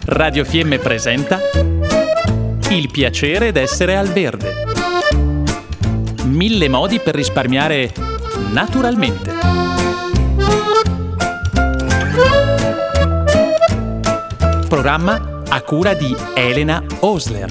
Radio Fiemme presenta Il piacere d'essere al verde. 1000 modi per risparmiare naturalmente. Programma a cura di Elena Osler.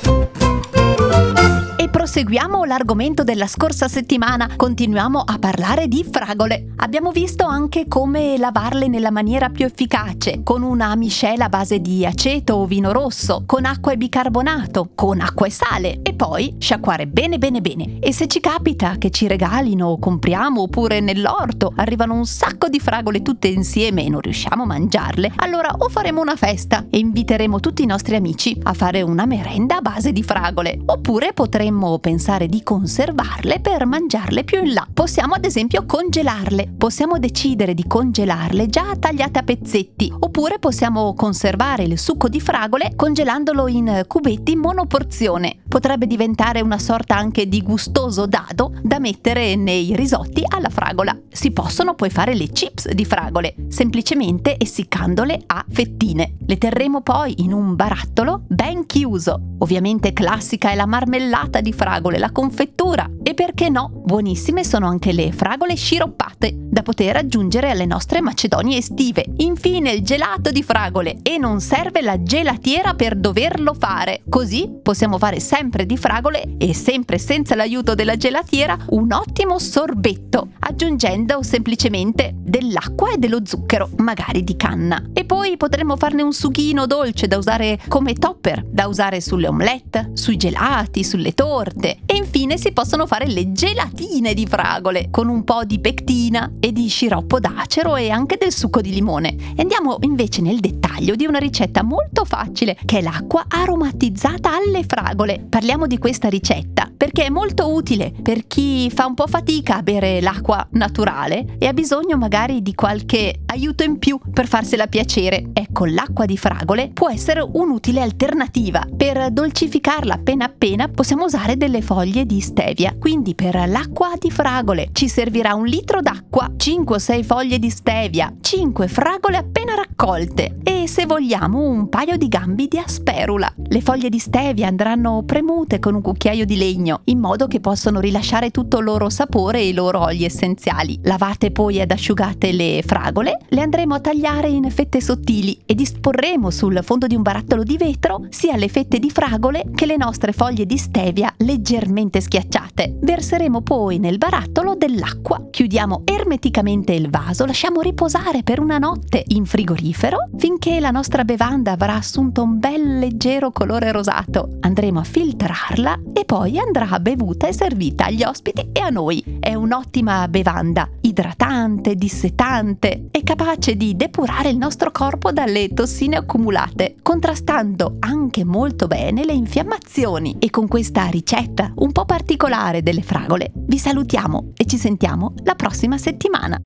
Proseguiamo l'argomento della scorsa settimana, continuiamo a parlare di fragole. Abbiamo visto anche come lavarle nella maniera più efficace, con una miscela a base di aceto o vino rosso, con acqua e bicarbonato, con acqua e sale e poi sciacquare bene. E se ci capita che ci regalino o compriamo oppure nell'orto arrivano un sacco di fragole tutte insieme e non riusciamo a mangiarle, allora o faremo una festa e inviteremo tutti i nostri amici a fare una merenda a base di fragole, oppure potremmo pensare di conservarle per mangiarle più in là. Possiamo ad esempio congelarle, possiamo decidere di congelarle già tagliate a pezzetti, oppure possiamo conservare il succo di fragole congelandolo in cubetti monoporzione. Potrebbe diventare una sorta anche di gustoso dado da mettere nei risotti alla fragola. Si possono poi fare le chips di fragole, semplicemente essiccandole a fettine. Le terremo poi in un barattolo ben chiuso. Ovviamente classica è la marmellata di fragole, la confettura e perché no, buonissime sono anche le fragole sciroppate da poter aggiungere alle nostre macedonie estive. Infine il gelato di fragole e non serve la gelatiera per doverlo fare, così possiamo fare sempre di fragole e sempre senza l'aiuto della gelatiera un ottimo sorbetto, aggiungendo semplicemente dell'acqua e dello zucchero, magari di canna, e poi potremmo farne un sughino dolce da usare come topper, da usare sulle omelette, sui gelati, sulle torte. E infine si possono fare le gelatine di fragole con un po' di pectina e di sciroppo d'acero e anche del succo di limone. E andiamo invece nel dettaglio di una ricetta molto facile che è l'acqua aromatizzata alle fragole. Parliamo di questa ricetta perché è molto utile per chi fa un po' fatica a bere l'acqua naturale e ha bisogno magari di qualche aiuto in più per farsela piacere. Ecco, l'acqua di fragole può essere un'utile alternativa. Per dolcificarla appena possiamo usare delle foglie di stevia. Quindi per l'acqua di fragole ci servirà 1 litro d'acqua, 5 o 6 foglie di stevia, 5 fragole appena raccolte e se vogliamo un paio di gambi di asperula. Le foglie di stevia andranno premute con un cucchiaio di legno in modo che possano rilasciare tutto il loro sapore e i loro oli essenziali. Lavate poi ed asciugate le fragole, le andremo a tagliare in fette sottili e disporremo sul fondo di un barattolo di vetro sia le fette di fragole che le nostre foglie di stevia leggermente schiacciate. Verseremo poi nel barattolo dell'acqua, chiudiamo ermeticamente il vaso, lasciamo riposare per una notte in frigorifero finché la nostra bevanda avrà assunto un bel leggero colore rosato. Andremo a filtrarla e poi andrà bevuta e servita agli ospiti e a noi. È un'ottima bevanda, idratante, dissetante e capace di depurare il nostro corpo dalle tossine accumulate, contrastando anche molto bene le infiammazioni. E con questa ricetta un po' particolare delle fragole vi salutiamo e ci sentiamo la prossima settimana.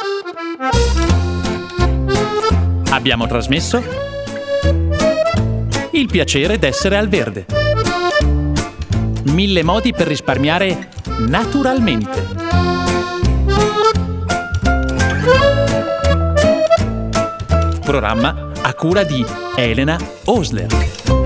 Abbiamo trasmesso Il piacere d'essere al verde. 1000 modi per risparmiare naturalmente. Programma a cura di Elena Osler.